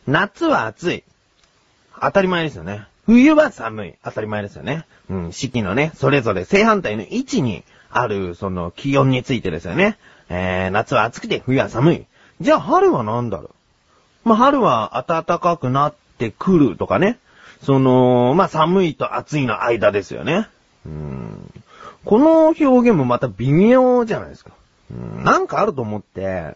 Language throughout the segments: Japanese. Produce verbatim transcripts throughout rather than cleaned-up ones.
夏は暑い。当たり前ですよね。冬は寒い。当たり前ですよね。うん、四季のね、それぞれ正反対の位置にある、その気温についてですよね。えー、夏は暑くて冬は寒い。じゃあ春は何だろう。まあ、春は暖かくなってくるとかね。その、まあ、寒いと暑いの間ですよね。うん。この表現もまた微妙じゃないですか。うん、なんかあると思って、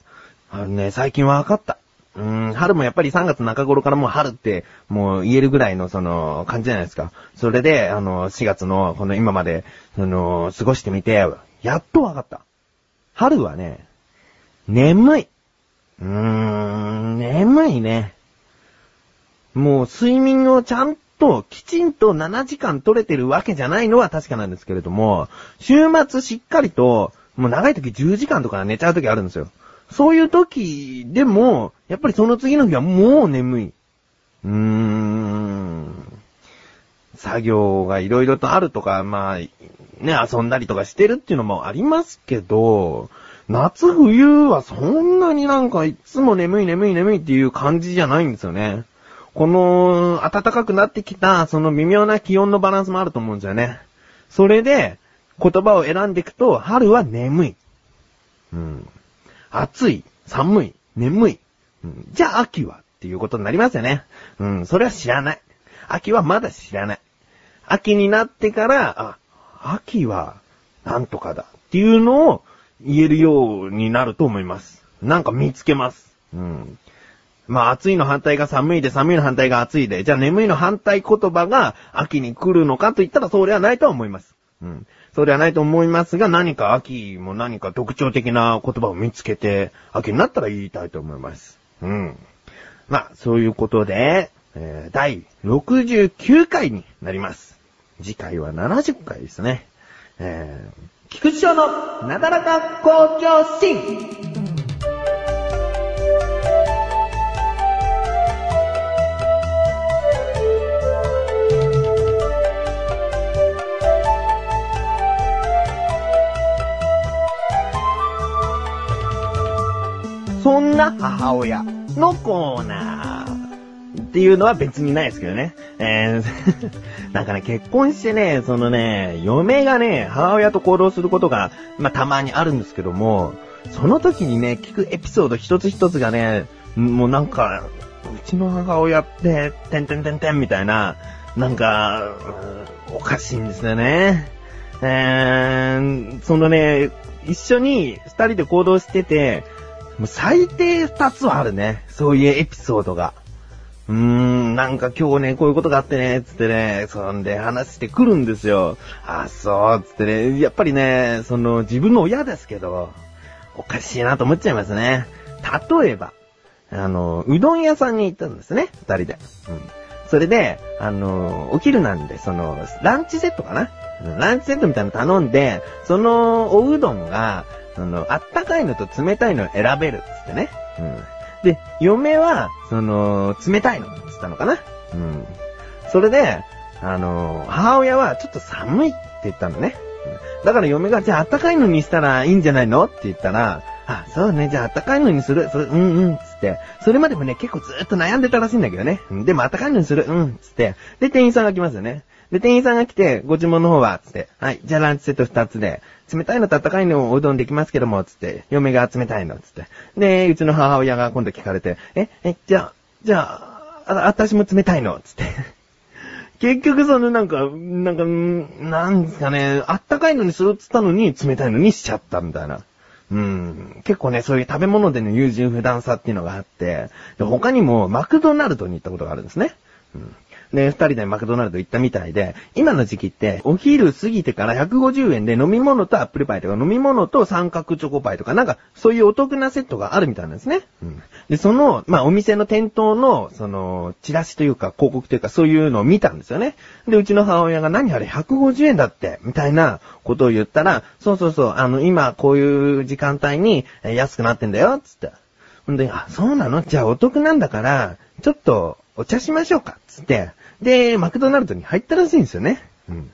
あのね、最近分かった。うん、春もやっぱりさんがつ中頃からもう春ってもう言えるぐらいのその感じじゃないですか。それで、あの、しがつのこの今まで、その、過ごしてみて、やっと分かった。春はね、眠い。うーん、眠いね。もう睡眠をちゃんときちんとななじかん取れてるわけじゃないのは確かなんですけれども、週末しっかりと、もう長い時じゅうじかんとか寝ちゃう時あるんですよ。そういう時でも、やっぱりその次の日はもう眠い。うーん。作業がいろいろとあるとか、まあ、ね、遊んだりとかしてるっていうのもありますけど、夏冬はそんなになんかいつも眠い眠い眠いっていう感じじゃないんですよね。この暖かくなってきたその微妙な気温のバランスもあると思うんですよね。それで言葉を選んでいくと、春は眠い。うん。暑い、寒い、眠い。うん、じゃあ秋はっていうことになりますよね。うん、それは知らない。秋はまだ知らない。秋になってから、あ、秋はなんとかだっていうのを言えるようになると思います。なんか見つけます。うん。まあ暑いの反対が寒いで、寒いの反対が暑いで、じゃあ眠いの反対言葉が秋に来るのかと言ったらそうではないとは思います。うん。そうではないと思いますが、何か秋も何か特徴的な言葉を見つけて、秋になったら言いたいと思います。うん。まあ、そういうことで、えー、だいろくじゅうきゅうかいになります。次回はななじゅっかいですね。えー、菊池翔のなだらか向上心。そんな母親のコーナーっていうのは別にないですけどね。えー、なんかね、結婚してね、そのね、嫁がね、母親と行動することが、まあ、たまにあるんですけども、その時にね、聞くエピソード一つ一つがね、もうなんか、うちの母親って、てんてんてんてんみたいな、なんか、おかしいんですよね。えー、そのね、一緒に二人で行動してて、もう最低二つはあるね。そういうエピソードが。うーん、なんか今日ね、こういうことがあってね、つってね、そんで話してくるんですよ。あ、そう、つってね、やっぱりね、その自分の親ですけど、おかしいなと思っちゃいますね。例えば、あの、うどん屋さんに行ったんですね、二人で。うん。それで、あの、お昼なんで、その、ランチセットかな？ランチセットみたいなの頼んで、その、おうどんが、その、あったかいのと冷たいのを選べるっつってね。うん。で、嫁は、その、冷たいのっつったのかな。うん。それで、あの、母親はちょっと寒いって言ったのね。うん、だから嫁が、じゃああったかいのにしたらいいんじゃないのって言ったら、あ、そうね、じゃああったかいのにする。それ、うんうん、つって。それまでもね、結構ずーっと悩んでたらしいんだけどね。でもあったかいのにする。うん、つって。で、店員さんが来ますよね。で、店員さんが来て、ご注文の方は、つって。はい、じゃあランチセット二つで。冷たいのとあったかいのをおうどんできますけども、つって。嫁が冷たいの、つって。で、うちの母親が今度聞かれて、え、え、じゃあ、じゃあ、あ、私も冷たいの、つって。結局そのなんか、なんか、なんですかね、あったかいのにするっつったのに冷たいのにしちゃったみたいな。うん。結構ね、そういう食べ物での優柔不断さっていうのがあって、で他にもマクドナルドに行ったことがあるんですね。うん。で、二人でマクドナルド行ったみたいで、今の時期って、お昼過ぎてからひゃくごじゅうえんで飲み物とアップルパイとか飲み物と三角チョコパイとかなんか、そういうお得なセットがあるみたいなんですね。うん。で、その、まあ、お店の店頭の、その、チラシというか広告というかそういうのを見たんですよね。で、うちの母親が何あれひゃくごじゅうえんだって、みたいなことを言ったら、そうそうそう、あの、今こういう時間帯に安くなってんだよ、つって。んで、あ、そうなの？じゃあお得なんだから、ちょっとお茶しましょうか、つって。で、マクドナルドに入ったらしいんですよね。うん。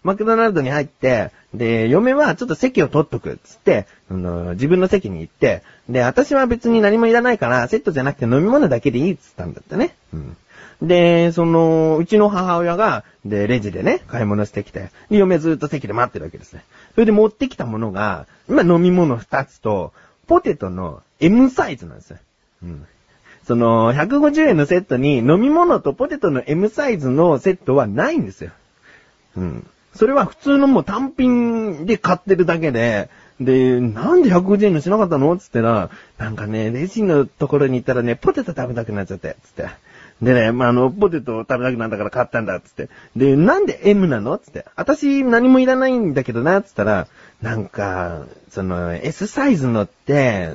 マクドナルドに入って、で、嫁はちょっと席を取っとくっつって、あの、自分の席に行って、で、私は別に何もいらないから、セットじゃなくて飲み物だけでいいっつったんだってね。うん。で、その、うちの母親が、で、レジでね、買い物してきて、で、嫁ずっと席で待ってるわけですね。それで持ってきたものが、今飲み物二つと、ポテトの M サイズなんですよ。うん。その、ひゃくごじゅうえんのセットに飲み物とポテトの M サイズのセットはないんですよ。うん。それは普通のもう単品で買ってるだけで、で、なんでひゃくごじゅうえんのしなかったのつってら、なんかね、レジのところに行ったらね、ポテト食べたくなっちゃって、つって。でね、まあ、あの、ポテト食べたくなったから買ったんだ、つって。で、なんで M なのつって。私何もいらないんだけどな、つったら、なんか、その、S サイズのって、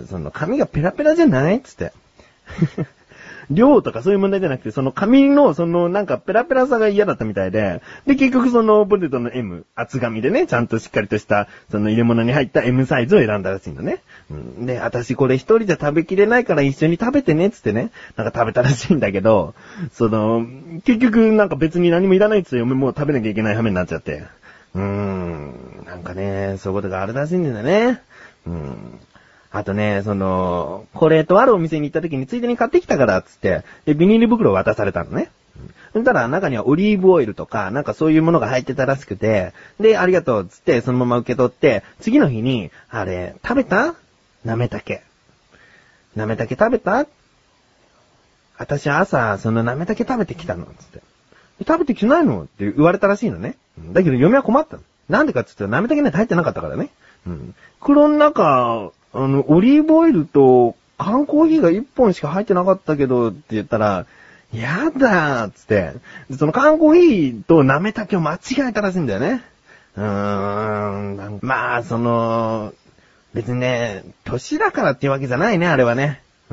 その、紙がペラペラじゃないつって。量とかそういう問題じゃなくて、その紙の、そのなんかペラペラさが嫌だったみたいで、で、結局そのポテトの M、厚紙でね、ちゃんとしっかりとした、その入れ物に入った M サイズを選んだらしいのね。うん、で、私これ一人じゃ食べきれないから一緒に食べてね、つってね、なんか食べたらしいんだけど、その、結局なんか別に何もいらないっつって嫁もう食べなきゃいけない羽目になっちゃって。うーん、なんかね、そういうことがあるらしいんだね。うん。あとね、その、これとあるお店に行った時についでに買ってきたから、つって、で、ビニール袋を渡されたのね。そしたら中にはオリーブオイルとか、なんかそういうものが入ってたらしくて、で、ありがとう、つって、そのまま受け取って、次の日に、あれ、食べた？なめたけ。なめたけ食べた？私朝、そのなめたけ食べてきたの、つって。食べてきてないのって言われたらしいのね。だけど嫁は困ったの。なんでかって言ったらなめたけなんて入ってなかったからね。うん。袋の中、あの、オリーブオイルと缶コーヒーが一本しか入ってなかったけどって言ったら、やだーっつって、その缶コーヒーとなめたけを間違えたらしいんだよね。うーん、まあ、その、別にね、年だからっていうわけじゃないね、あれはね。うん、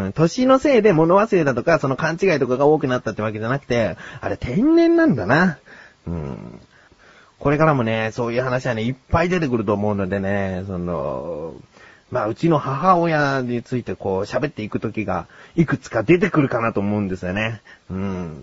年のせいで物忘れだとか、その勘違いとかが多くなったってわけじゃなくて、あれ天然なんだな。うん。これからもね、そういう話はね、いっぱい出てくると思うのでね、その、まあ、うちの母親についてこう喋っていくときがいくつか出てくるかなと思うんですよね。うん。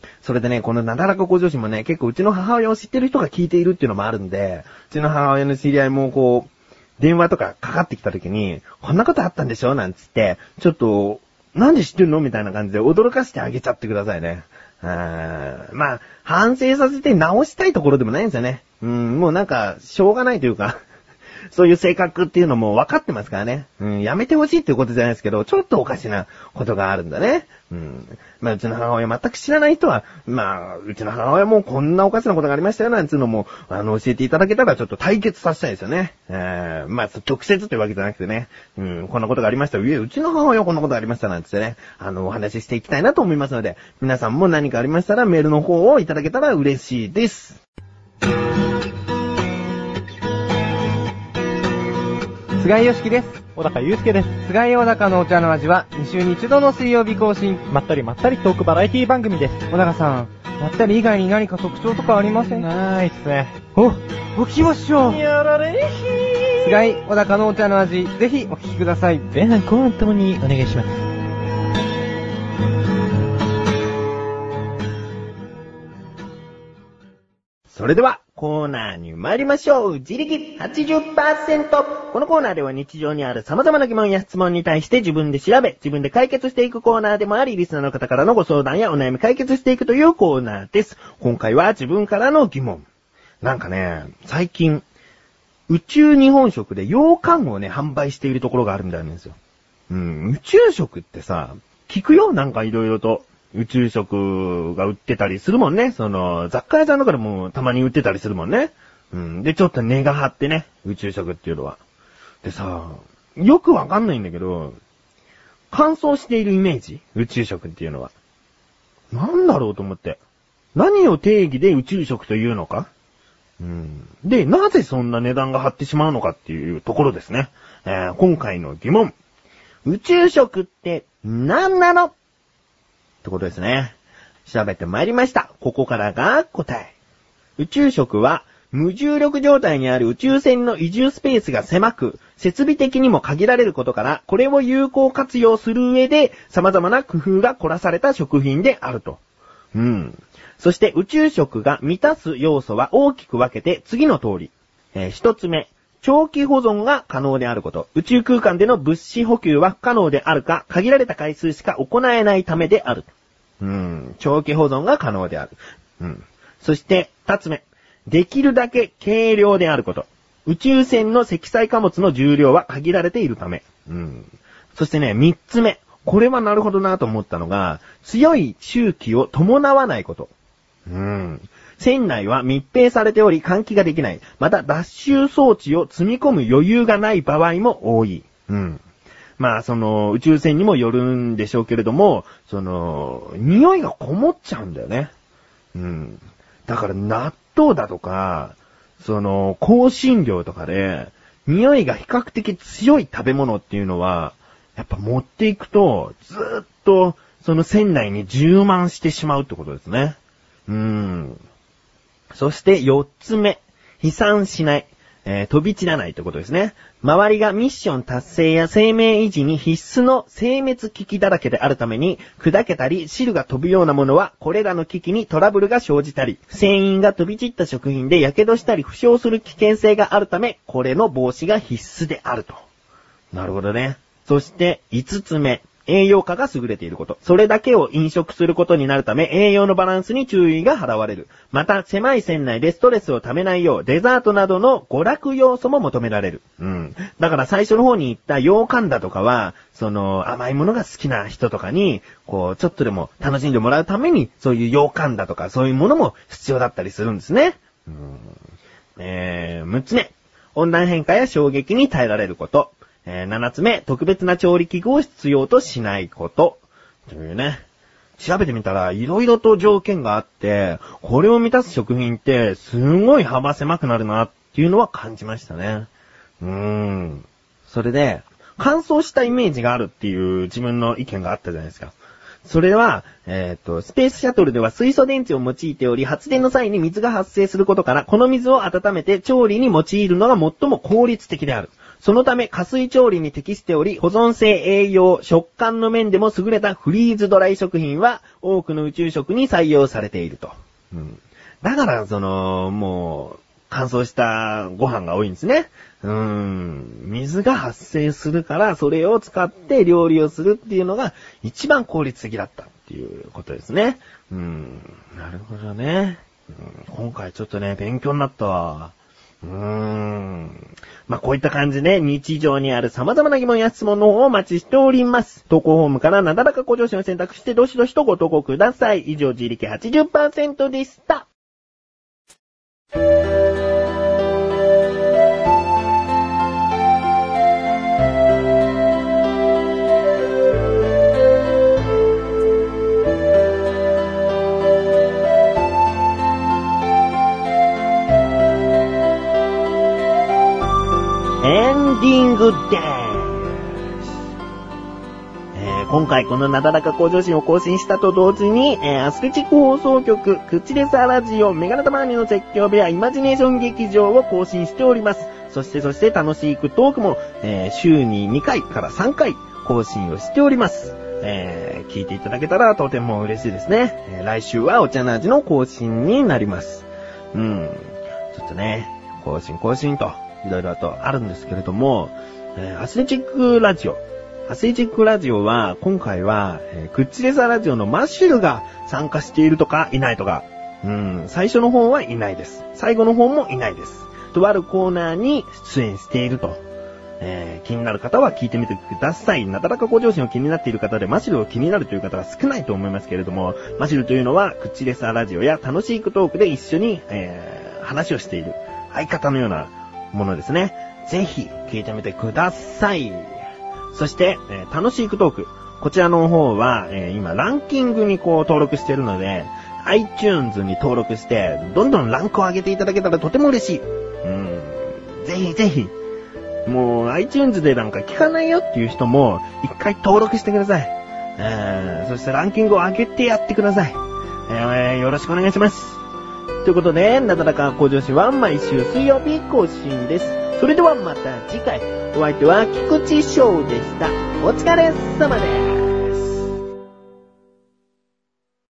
それでね、このなだらか向上心もね、結構うちの母親を知ってる人が聞いているっていうのもあるんで、うちの母親の知り合いもこう、電話とかかかってきたときに、こんなことあったんでしょなんつって、ちょっと、なんで知ってるのみたいな感じで驚かしてあげちゃってくださいね。あまあ、反省させて直したいところでもないんですよね。うん、もうなんか、しょうがないというか、そういう性格っていうのも分かってますからね。うん、やめてほしいっていうことじゃないですけど、ちょっとおかしなことがあるんだね。うん。まあ、うちの母親全く知らない人は、まあ、うちの母親もこんなおかしなことがありましたよなんつうのも、あの、教えていただけたらちょっと対決させたいですよね。えー、まあ、直接ってわけじゃなくてね。うん、こんなことがありました。いえ、うちの母親こんなことがありましたなんつってね、あの、お話ししていきたいなと思いますので、皆さんも何かありましたらメールの方をいただけたら嬉しいです。 菅井よしきです。 小高祐介です。 菅井小高のお茶の味はに週に一度の水曜日更新。 まったりまったりトークバラエティ番組です。 小高さん、まったり以外に何か特徴とかありません？ ないっすね。 お、お聞きましょう。 やられひー。 菅井小高のお茶の味、ぜひお聞きください。 前半後半ともにお願いします。 それでは、コーナーに参りましょう。自力 はちじゅっパーセント。このコーナーでは日常にある様々な疑問や質問に対して自分で調べ、自分で解決していくコーナーでもあり、リスナーの方からのご相談やお悩み解決していくというコーナーです。今回は自分からの疑問。なんかね、最近、宇宙日本食で羊羹をね、販売しているところがあるんだよね。うん、宇宙食ってさ、聞くよ、なんか色々と。宇宙食が売ってたりするもんね。その、雑貨屋さんとかでもたまに売ってたりするもんね。うん。で、ちょっと値が張ってね。宇宙食っていうのは。でさ、よくわかんないんだけど、乾燥しているイメージ？宇宙食っていうのは。なんだろうと思って。何を定義で宇宙食というのか？うん。で、なぜそんな値段が張ってしまうのかっていうところですね。えー、今回の疑問。宇宙食って何なの？ってことですね。調べてまいりました。ここからが答え。宇宙食は無重力状態にある宇宙船の移住スペースが狭く、設備的にも限られることから、これを有効活用する上で様々な工夫が凝らされた食品であると。 うん。そして宇宙食が満たす要素は大きく分けて次の通り。えー、一つ目。長期保存が可能であること。宇宙空間での物資補給は不可能であるか、限られた回数しか行えないためである。うん。長期保存が可能である。うん。そして、二つ目。できるだけ軽量であること。宇宙船の積載貨物の重量は限られているため。うん。そしてね、三つ目。これはなるほどなと思ったのが、強い周期を伴わないこと。うん。船内は密閉されており換気ができない。また脱臭装置を積み込む余裕がない場合も多い。うん。まあその宇宙船にもよるんでしょうけれども、その匂いがこもっちゃうんだよね。うん。だから納豆だとか、その香辛料とかで匂いが比較的強い食べ物っていうのはやっぱ持っていくとずーっとその船内に充満してしまうってことですね。うーん。そして四つ目。飛散しない。えー、飛び散らないってことですね。周りがミッション達成や生命維持に必須の生滅危機だらけであるために、砕けたり汁が飛ぶようなものはこれらの危機にトラブルが生じたり、繊維が飛び散った食品で火傷したり負傷する危険性があるため、これの防止が必須であると。なるほどね。そして五つ目。栄養価が優れていること。それだけを飲食することになるため、栄養のバランスに注意が払われる。また、狭い船内でストレスをためないよう、デザートなどの娯楽要素も求められる。うん。だから最初の方に言った羊羹だとかは、その、甘いものが好きな人とかに、こう、ちょっとでも楽しんでもらうために、そういう羊羹だとか、そういうものも必要だったりするんですね。うん。えー、六つ目。温暖変化や衝撃に耐えられること。えー、七つ目、特別な調理器具を必要としないこと。というね。調べてみたら、いろいろと条件があって、これを満たす食品って、すごい幅狭くなるなっていうのは感じましたね。うーん。それで、乾燥したイメージがあるっていう自分の意見があったじゃないですか。それは、えっと、スペースシャトルでは水素電池を用いており、発電の際に水が発生することから、この水を温めて調理に用いるのが最も効率的である。そのため、加水調理に適しており、保存性、栄養、食感の面でも優れたフリーズドライ食品は、多くの宇宙食に採用されていると。うん、だから、その、もう、乾燥したご飯が多いんですね。うーん。水が発生するから、それを使って料理をするっていうのが、一番効率的だったっていうことですね。うん。なるほどね。うん、今回ちょっとね、勉強になったわ。うーん。まあ、こういった感じで日常にある様々な疑問や質問の方をお待ちしております。投稿フォームからなだらか向上心を選択してどしどしとご投稿ください。以上、自力 はちじゅっパーセント でした。エンディングです。えー、今回このなだらか向上心を更新したと同時に、えー、アスレチック放送局、口レサラジオ、メガネタマーニの説教部屋、イマジネーション劇場を更新しております。そしてそして楽しいトークも、えー、週ににかいからさんかい更新をしております。えー、聞いていただけたらとても嬉しいですね。えー、来週はお茶の味の更新になります。うん。ちょっとね、更新更新と。いろいろとあるんですけれども、えー、アスレチックラジオ。アスレチックラジオは、今回は、えー、クッチレサラジオのマッシュルが参加しているとかいないとか、うん、最初の方はいないです。最後の方もいないです。とあるコーナーに出演していると。えー、気になる方は聞いてみてください。なだらか向上心を気になっている方でマシルを気になるという方は少ないと思いますけれども、マシルというのは、クッチレサラジオや楽しいトークで一緒に、えー、話をしている相方のようなものですね。ぜひ聞いてみてください。そして、えー、楽しいトーク。こちらの方は、えー、今ランキングにこう登録しているので、iTunes に登録して、どんどんランクを上げていただけたらとても嬉しい。うん。ぜひぜひ。もう iTunes でなんか聞かないよっていう人も、一回登録してください。えー、そしてランキングを上げてやってください。えー、よろしくお願いします。ということで、なだらか向上心は毎週水曜日更新です。それではまた次回。お相手は菊池翔でした。お疲れ様です。